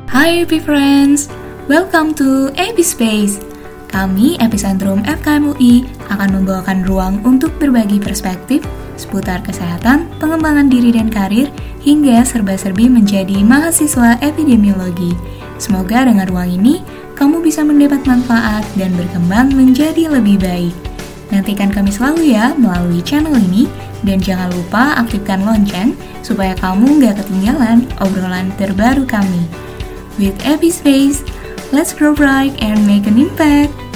Hai Epi Friends, welcome to Epi Space. Kami Epicentrum FKM UI akan membawakan ruang untuk berbagi perspektif seputar kesehatan, pengembangan diri dan karir, hingga serba-serbi menjadi mahasiswa epidemiologi. Semoga dengan ruang ini, kamu bisa mendapat manfaat dan berkembang menjadi lebih baik. Nantikan kami selalu ya melalui channel ini, dan jangan lupa aktifkan lonceng supaya kamu gak ketinggalan obrolan terbaru kami. With Epi Space, let's grow bright and make an impact.